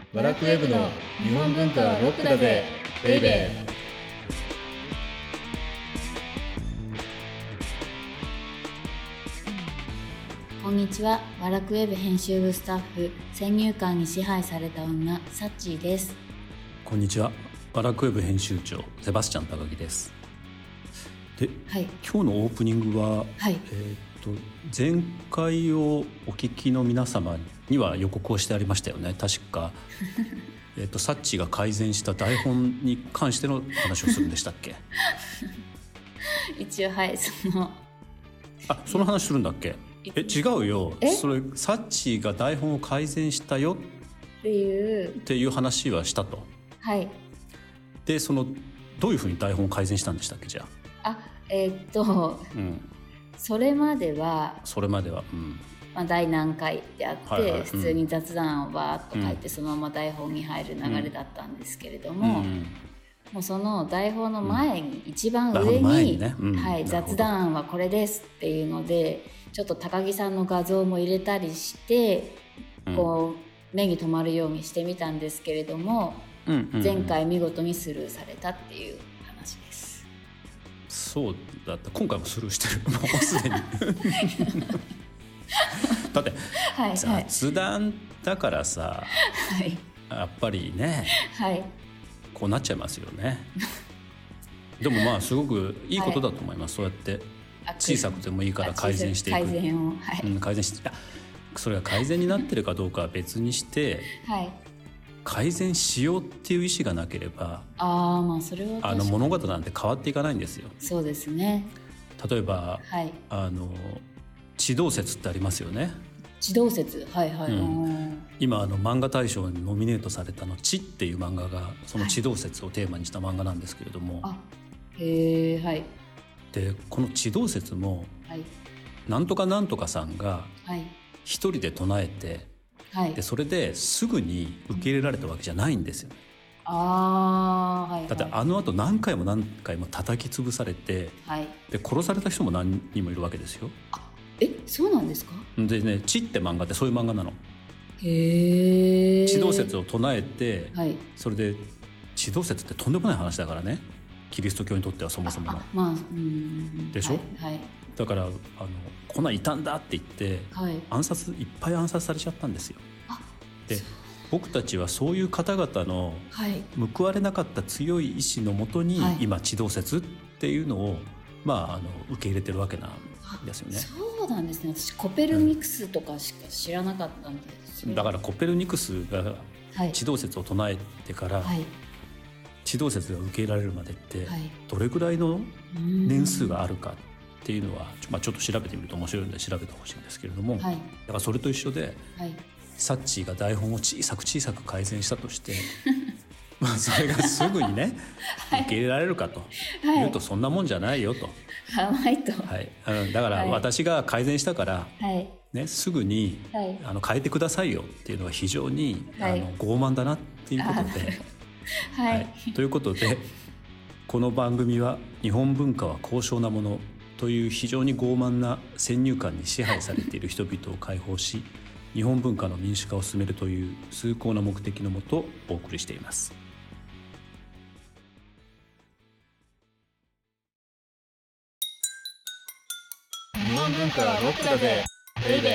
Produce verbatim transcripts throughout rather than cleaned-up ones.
ワラクウェブの日本文化はロックだぜベイベー。 こんにちは。ワラクウェブ編集部スタッフ、先入観に支配された女、サッチーです。 こんにちは。ワラクウェブ編集長、セバスチャン高木です。で、はい、今日のオープニングは、はい、えー、と前回をお聞きの皆様には予告をしてありましたよね。確かえとサッチが改善した台本に関しての話をするんでしたっけ一応はいそのあその話するんだっけ。え違うよ。それサッチが台本を改善したよっていうっていう話はしたと。 はいでそのどういうふうに台本を改善したんでしたっけ。じゃああえー、っと、うん、それまではそれまでは、うんまあ、第何回であって、はいはい、普通に雑談をバーッと書いて、うん、そのまま台本に入る流れだったんですけれども、うん、もうその台本の前に、うん、一番上に、ねうんはい、雑談はこれですっていうのでちょっと高木さんの画像も入れたりして、うん、こう目に留まるようにしてみたんですけれども、うんうんうん、前回見事にスルーされたっていう話です。 そうだった。今回もスルーしてるもうすでにだって、はいはい、雑談だからさ、はい、やっぱりね、はい、こうなっちゃいますよねでもまあすごくいいことだと思います、はい、そうやって小さくてもいいから改善していく。 改善を、はいうん、改善してそれが改善になってるかどうかは別にして、はい、改善しようっていう意思がなければあ、まあ、それはあの物事なんて変わっていかないんですよ。 そうですね。 例えば、はい、あの地動説ってありますよね。 地動説、はいはい、うん、 今あの漫画大賞にノミネートされたの地っていう漫画がその地動説をテーマにした漫画なんですけれども、はい、あへえ、はい。 でこの地動説も、はい、なんとかなんとかさんが一人で唱えて、はい、でそれですぐに受け入れられたわけじゃないんですよ。 あ、はいはい、 だってあの後何回も何回も叩き潰されて、はい、で殺された人も何人もいるわけですよ。 あえそうなんですか。 でね、地って漫画ってそういう漫画なの。 へー。 地動説を唱えて、はい、それで地動説ってとんでもない話だからね、キリスト教にとってはそもそもの。 まあ、うんでしょ、 はいはい、 だからあのこんなんいたんだって言って、はい、暗殺いっぱい暗殺されちゃったんですよ。あで僕たちはそういう方々の報われなかった強い意志のもとに、はい、今地動説っていうのを、まあ、あの受け入れてるわけなんですよね。 そうなんですね。私コペルニクスとかしか知らなかったんですよ、 うん、だからコペルニクスが地動説を唱えてから、はい、地動説が受け入れられるまでってどれぐらいの年数があるかっていうのは、まあ、ちょっと調べてみると面白いので調べてほしいんですけれども、はい、だからそれと一緒で、はい、サッチーが台本を小さく小さく改善したとしてまあそれがすぐにね、はい、受け入れられるかというとそんなもんじゃないよと、 はいとはい、だから私が改善したから、はいね、すぐに、はい、あの変えてくださいよっていうのは非常に、はい、あの傲慢だなっていうことで、はいはい、ということでこの番組は日本文化は高尚なものという非常に傲慢な先入観に支配されている人々を解放し日本文化の民主化を進めるという崇高な目的のもとお送りしています。 日本文化はロックだぜベイベー。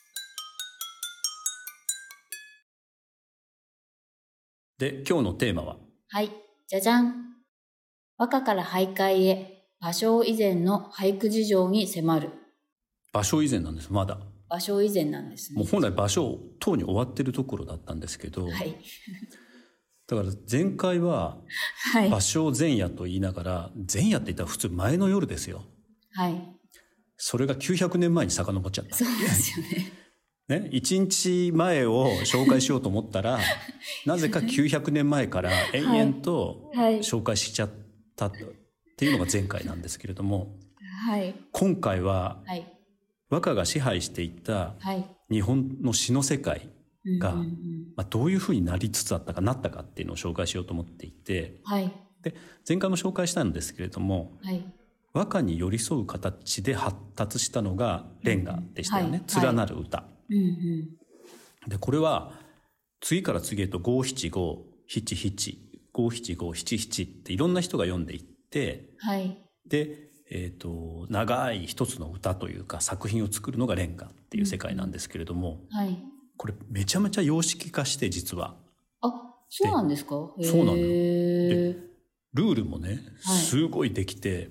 で今日のテーマは、 はいじゃじゃん。和歌から俳諧へ芭蕉以前の俳句事情に迫る。 芭蕉以前なんです。まだ芭蕉以前なんですね。 もう本来芭蕉とうに終わってるところだったんですけど、はい、だから前回は芭蕉前夜と言いながら、はい、前夜って言ったら普通前の夜ですよ。はいそれがきゅうひゃくねんまえに遡っちゃった。 そうですよね。 ね、いちにちまえを紹介しようと思ったらなぜかきゅうひゃくねんまえから延々と紹介しちゃったっていうのが前回なんですけれども、はい、今回は和歌が支配していた日本の詩の世界が、まあ、どういうふうになりつつあったかなったかっていうのを紹介しようと思っていて、はい、で前回も紹介したんですけれども、はい和歌に寄り添う形で発達したのが連歌でしたよね、うんはい、連なる歌、はいうんうん、でこれは次から次へと五七五七七五七五七七っていろんな人が読んでいって、 はい、で、 えーと、長い一つの歌というか作品を作るのが連歌っていう世界なんですけれども、 うん、はい、これめちゃめちゃ様式化して実は。 あ、そうなんですか。 そうなのよ。でルールもねすごいできて、はい、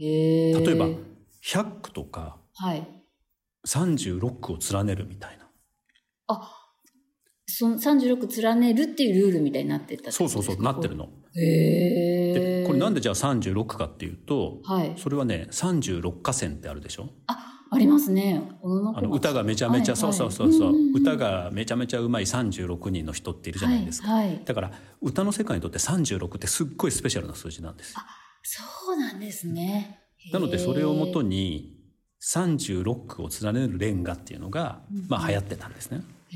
例えばひゃっくとか、はい、さんじゅうろっくを連ねるみたいな。 あ、そのさんじゅうろく連ねるっていうルールみたいになってたってことですか。 そうそうそう、なってるの。 へでこれなんでじゃあさんじゅうろくかっていうと、 はい、 それはねさんじゅうろっかせんってあるでしょ。 あ、ありますね。 あの歌がめちゃめちゃ、はい、そうそうそうそう、歌がめちゃめちゃうまいさんじゅうろくにんの人っているじゃないですか、はいはい、だから歌の世界にとってさんじゅうろくってすっごいスペシャルな数字なんです。 あ、そうなんですね。 なのでそれをもとにさんじゅうろっくを連ねる連歌っていうのが、まあ、流行ってたんですね。 へ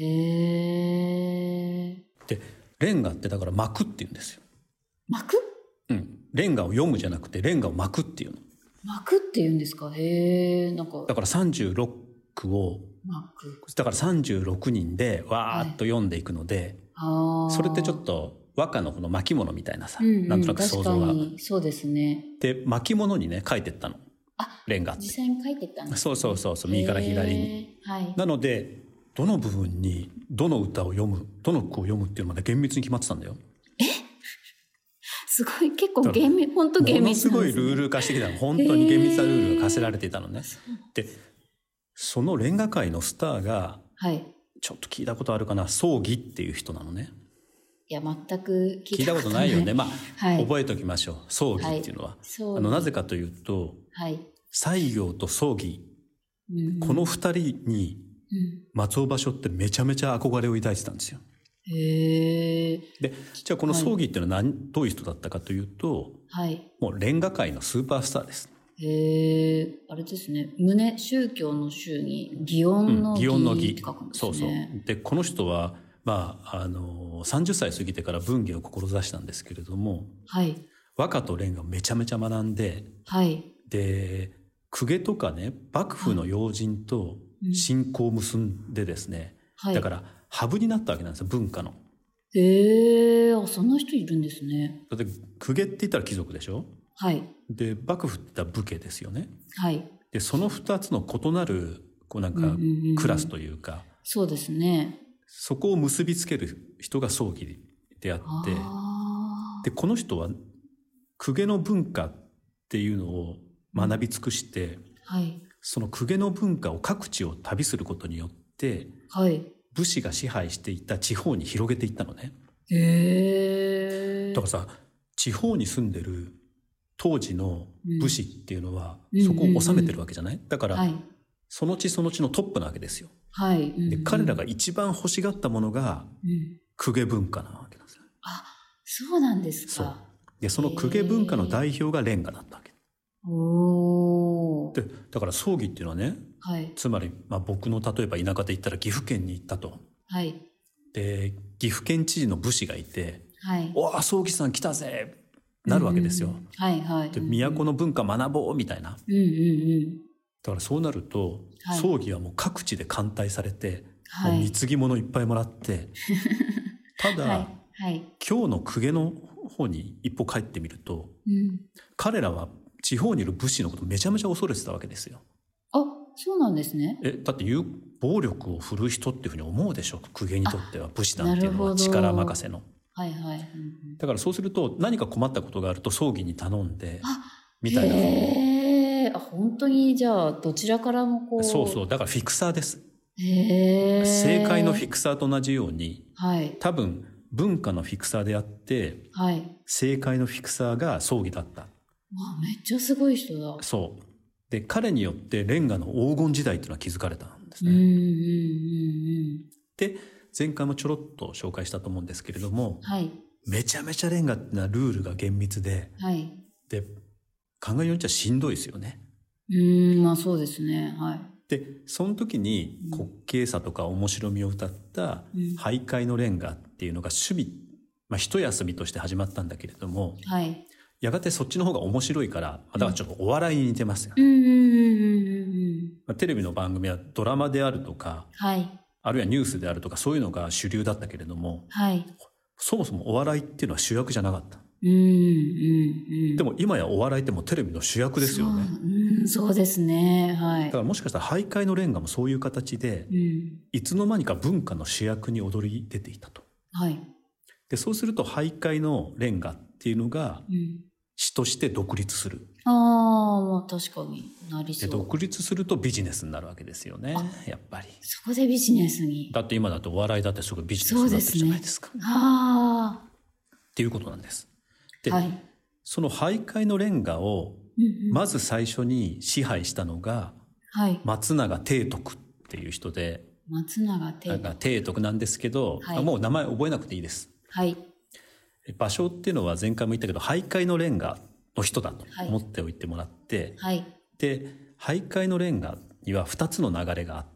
ー。 で連歌ってだから巻くっていうんですよ。 巻く？ うん、連歌を読むじゃなくて連歌を巻くっていうの。 巻くっていうんですか。へー。なんかだからさんじゅうろっくを巻く、だからさんじゅうろくにんでわーっと読んでいくので、はい、それってちょっと和歌のこの巻物みたいなさ、うんうん、なんとなく想像が。 確かにそうですね。 で巻物にね書いてったの。 あ、 連歌って実際に書いてったんですね。 そうそうそうそう、右から左に、はい、なのでどの部分にどの歌を読む、どの句を読むっていうのまで厳密に決まってたんだよ。 え、すごい、結構厳密、本当厳密なんですね。 ものすごいルール化してきたの。本当に厳密なルールが課せられていたのね。でその連歌界のスターが、はい、ちょっと聞いたことあるかな、葬儀っていう人なのね。 いや、全く聞いたことない。 聞いたことないよね。まあ、はい、覚えておきましょう。葬儀っていうのは、はい、あのなぜかというと、はい、西行と葬儀、うん、この二人に松尾芭蕉ってめちゃめちゃ憧れを抱いてたんですよ。 へえ。 でじゃあこの葬儀っていうのは何、はい、どういう人だったかというと、はい、もう連歌界のスーパースターです。 へえ、あれですね。宗、宗教の宗に祇園の祇、うん、祇園の祇って書くんですね。 そうそう。でこの人はまああのさんじゅっさい過ぎてから文芸を志したんですけれども、はい、和歌と連歌をめちゃめちゃ学んで、はい、で公家とかね、幕府の要人と親交を結んでですね、はい、だからハブになったわけなんですよ、文化の。 へえ、あ、そんな人いるんですね。 だって公家って言ったら貴族でしょ。はい。で幕府って言ったら武家ですよね。はい。でそのふたつの異なるこうなんかクラスというか、うんうんうん、そうですね。そこを結びつける人が葬儀であって、でこの人は公家の文化っていうのを学び尽くして、はい、その公家の文化を各地を旅することによって、はい、武士が支配していた地方に広げていったのね。へー。だからさ、地方に住んでる当時の武士っていうのは、うん、そこを治めてるわけじゃない、うんうんうん、だから、はい、その地その地のトップなわけですよ。はい、うんうん、で彼らが一番欲しがったものが、うん、公家文化なわけなんですよ。 あ、そうなんですか。 そうでその公家文化の代表が連歌だったわけ。 おでだから葬儀っていうのはね、はい、つまり、まあ、僕の例えば田舎で言ったら岐阜県に行ったと、はい、で岐阜県知事の武士がいて、はい、おー葬儀さん来たぜなるわけですよ、うんはいはい、で都の文化学ぼうみたいな、うんうんうん、だからそうなると、はい、葬儀はもう各地で歓待されて、はい、もう貢ぎ物いっぱいもらってただ、はいはい、今日の公家の方に一歩帰ってみると、うん、彼らは地方にいる武士のことめちゃめちゃ恐れてたわけですよ。 あ、そうなんですね。 えだって暴力を振るう人っていうふうに思うでしょ、公家にとっては。武士なんていうのは力任せの、はいはい、うん、だからそうすると何か困ったことがあると葬儀に頼んでみたいな。 へー、あ、本当にじゃあどちらからもこう。 そうそう、だからフィクサーです。へー、政界のフィクサーと同じように、はい、多分文化のフィクサーであって、はい、政界のフィクサーが葬儀だった。わ、 めっちゃすごい人だ。 そうで彼によって連歌の黄金時代っていうのは築かれたんですね。 うんうんうんうん、 で前回もちょろっと紹介したと思うんですけれども、はい、めちゃめちゃ連歌ってのはルールが厳密で、はい、で考えようにちゃしんどいですよね。 うーん、まあそうですね。はい。 でその時に滑稽さとか面白みを歌った俳諧の連歌っていうのが趣味、まあ、一休みとして始まったんだけれども、はい、やがてそっちの方が面白いから、だからちょっとお笑いに似てますよね。うんうんうんうんうん、まあ、テレビの番組はドラマであるとか、はい、 あるいはニュースであるとかそういうのが主流だったけれども、 はい、 そもそもお笑いっていうのは主役じゃなかった。 うんうんうん、 でも今やお笑いってもうテレビの主役ですよね。 そう、うん、そうですね、はい、 だからもしかしたら俳諧の連歌もそういう形で、うん、いつの間にか文化の主役に躍り出ていたと、 はい、 でそうすると俳諧の連歌っていうのが、うん、詩として独立する。 ああ、まあ確かになりそう。 で独立するとビジネスになるわけですよね、やっぱり。 そこでビジネスに。 だって今だとお笑いだってすごいビジネスになってるじゃないですか。 そうですね、ああ。 っていうことなんです。で、 はい、 その俳諧の連歌をまず最初に支配したのが、はい、松永貞徳っていう人で、 松永貞徳、 貞徳なんですけど、はい、もう名前覚えなくていいです。はい、芭蕉っていうのは前回も言ったけど俳諧の連歌の人だと思っておいてもらって、はい、で俳諧の連歌にはふたつの流れがあって、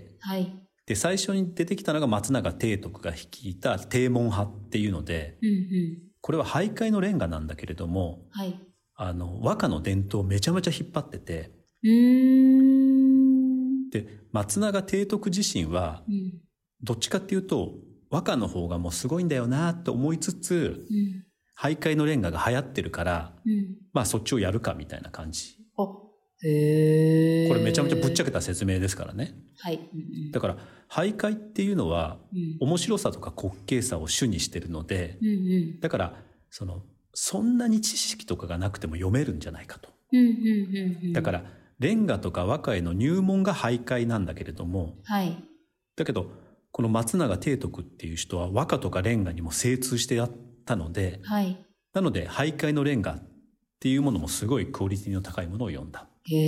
はい、で最初に出てきたのが松永貞徳が率いた貞門派っていうので、うんうん、これは俳諧の連歌なんだけれども、はい、あの和歌の伝統をめちゃめちゃ引っ張ってて、うーんで松永貞徳自身は、うん、どっちかっていうと和歌の方がもうすごいんだよなと思いつつ、うん、俳諧の連歌が流行ってるから、うん、まあそっちをやるかみたいな感じ。あ、へー。これめちゃめちゃぶっちゃけた説明ですからね。はい。うん、だから俳諧っていうのは、うん、面白さとか滑稽さを主にしてるので、うんうん、だからそのそんなに知識とかがなくても読めるんじゃないかと。うんうんうんうん、だから連歌とか和歌への入門が俳諧なんだけれども、はい、だけどこの松永貞徳っていう人は和歌とか連歌にも精通してやったので、はい、なので俳諧の連歌っていうものもすごいクオリティの高いものを読んだ。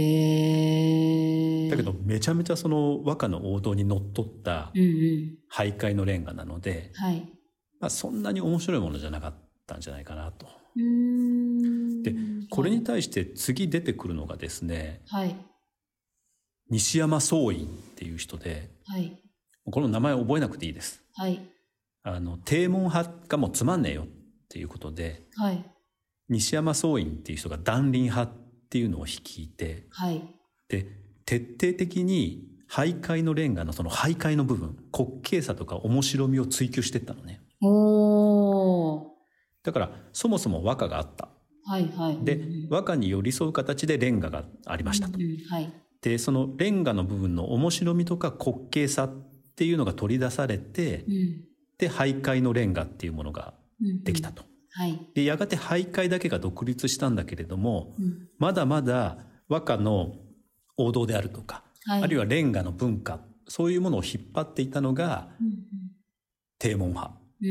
へー。だけどめちゃめちゃその和歌の王道にのっとった俳諧の連歌なので、うんうん、まあ、そんなに面白いものじゃなかったんじゃないかなと。うーんでこれに対して次出てくるのがですね、はい、西山宗院っていう人で、はい、この名前覚えなくていいです。はい、あの貞門派がもうつまんねえよっていうことで、はい、西山宗院っていう人が談林派っていうのを率いて、はい、で徹底的に俳諧の連歌のその俳諧の部分、滑稽さとか面白みを追求していったのね。おー。だからそもそも和歌があった。はいはい、で、うんうん、和歌に寄り添う形で連歌がありましたと。うんうん、はい、でその連歌の部分の面白みとか滑稽さっていうのが取り出されて、うん、で俳諧の連歌っていうものができたと、うんうん、はい、でやがて俳諧だけが独立したんだけれども、うん、まだまだ和歌の王道であるとか、はい、あるいは連歌の文化、そういうものを引っ張っていたのが、うんうん、貞門派、うん、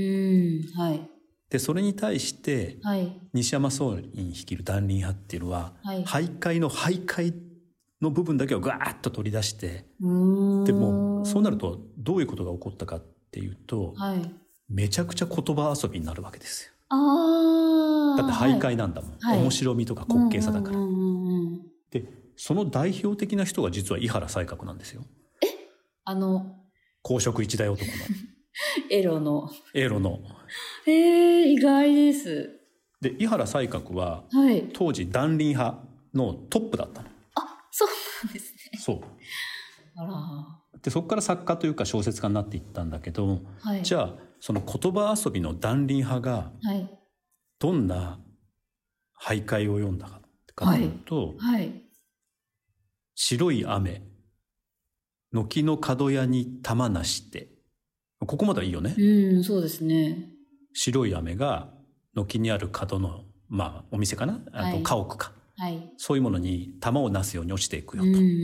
はい、でそれに対して、はい、西山宗院率いる談林派っていうのは、はい、俳諧の俳諧の部分だけをガーッと取り出して、うーんでもそうなるとどういうことが起こったかっていうと、はい、めちゃくちゃ言葉遊びになるわけですよ。あだって俳諧なんだもん、はい、面白みとか滑稽さだから、うんうんうんうん、でその代表的な人が実は井原西鶴なんですよ。えあの公職一代男のエロのエロのえー、意外です。で井原西鶴は、はい、当時談林派のトップだったの。あ、そうなんですね。そう。あら。でそこから作家というか小説家になっていったんだけど、はい、じゃあその言葉遊びの談林派がどんな俳諧を読んだかというと、はいはい、白い雨軒の角屋に玉なして、ここまではいいよね。うん、そうですね。白い雨が軒にある角の、まあお店かな、あと家屋か、はい、そういうものに玉をなすように落ちていくよと、うんうんうんうん、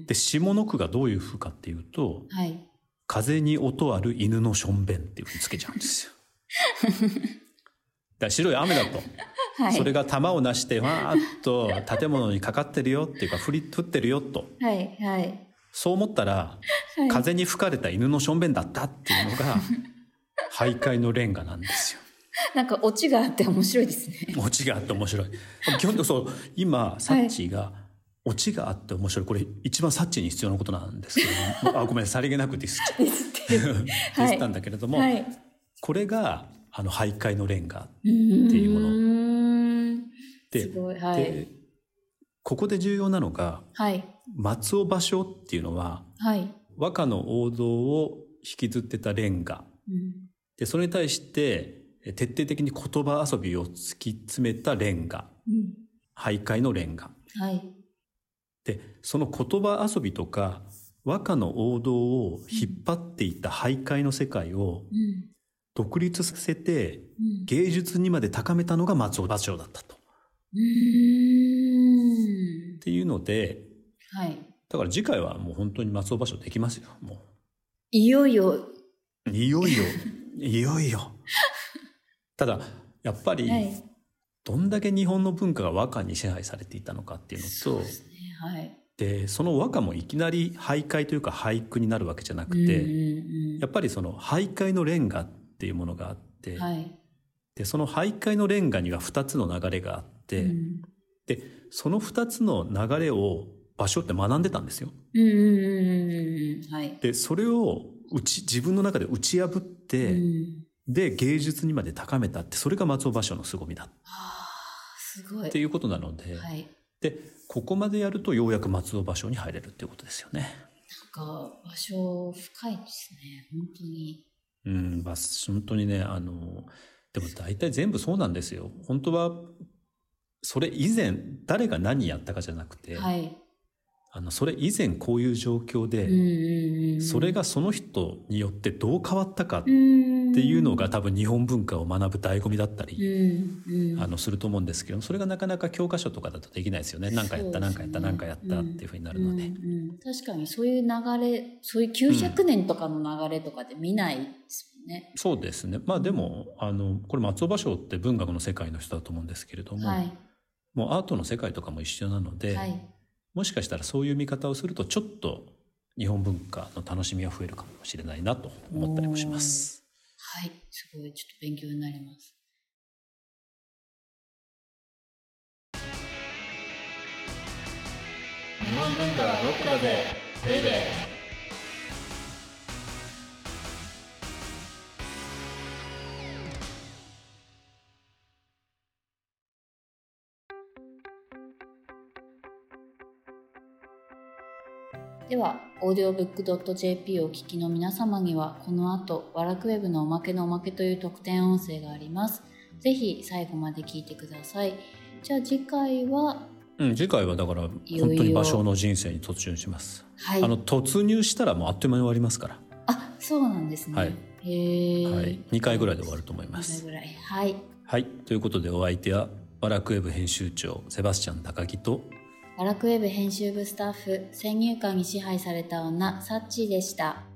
で下の句がどういう風かっていうと、はい、風に音ある犬のしょんべんっていう風につけちゃうんですよだから白い雨だと、はい、それが玉をなしてわーっと建物にかかってるよっていうか降り降ってるよと、はいはい、そう思ったら、はい、風に吹かれた犬のしょんべんだったっていうのが俳諧の連歌なんですよ。なんかオチがあって面白いですね。オチがあって面白い。基本的にそう今サッチーがオチがあって面白い、これ一番サッチーに必要なことなんですけどもあごめんさりげなくディスっちゃうディスってるディスったんだけれども、はい、これがあの俳諧の連歌っていうもの。うーんですごい、はい、でここで重要なのが、はい、松尾芭蕉っていうのは、はい、 和歌の王道を引きずってたレンガ、うん、でそれに対して徹底的に言葉遊びを突き詰めたレンガ、うん、俳諧のレンガ、はい、でその言葉遊びとか和歌の王道を引っ張っていった俳諧の世界を独立させて芸術にまで高めたのが松尾芭蕉だったと、うん、っていうので、はい、だから次回はもう本当に松尾芭蕉できますよ。もういよいよいよいよいよいよただやっぱり、はい、どんだけ日本の文化が和歌に支配されていたのかっていうのと、そうですね、はい、でその和歌もいきなり俳諧というか俳句になるわけじゃなくて、うんうんうん、やっぱりその俳諧のレンガっていうものがあって、はい、でその俳諧のレンガにはふたつの流れがあって、うん、でそのふたつの流れを芭蕉って学んでたんですよ、うんうんうんはい、でそれをうち自分の中で打ち破って、うん、で芸術にまで高めたって、それが松尾芭蕉の凄みだ、はあ、すごいっていうことなので、はい、でここまでやるとようやく松尾芭蕉に入れるっていうことですよね。 なんか芭蕉深いですね、本当に。 うん、本当にね、あのでも大体全部そうなんですよ。本当はそれ以前誰が何やったかじゃなくて、はい、あのそれ以前こういう状況で、うんうんうん、それがその人によってどう変わったかっていうのが多分日本文化を学ぶ醍醐味だったり、うんうん、あのすると思うんですけど、それがなかなか教科書とかだとできないですよね。何かやった何かやった何かやったっていうふうになるので、うんうんうん、確かにそういう流れ、そういうきゅうひゃくねんとかの流れとかで見ないですもんね、 うん、そうですね。まあでもあのこれ松尾芭蕉って文学の世界の人だと思うんですけれども、はい、もうアートの世界とかも一緒なので、はい、もしかしたらそういう見方をするとちょっと日本文化の楽しみは増えるかもしれないなと思ったりもします。 はい、すごいちょっと勉強になります。 日本文化はロックだぜベイベー。 では、オーディオブックドットジェーピー をお聞きの皆様には、この後、ワラクウェブのおまけのおまけという特典音声があります。ぜひ最後まで聞いてください。じゃあ次回は、 うん、次回はだから本当に芭蕉の人生に突入します。はい、あの突入したらもうあっという間に終わりますから。 あ、そうなんですね。はい、へー、 はい、にかいぐらいで終わると思います。 にかいぐらい、はい。 はい、ということでお相手はワラクウェブ編集長セバスチャン高木とワラクウェブ編集部スタッフ、先入観に支配された女サッチーでした。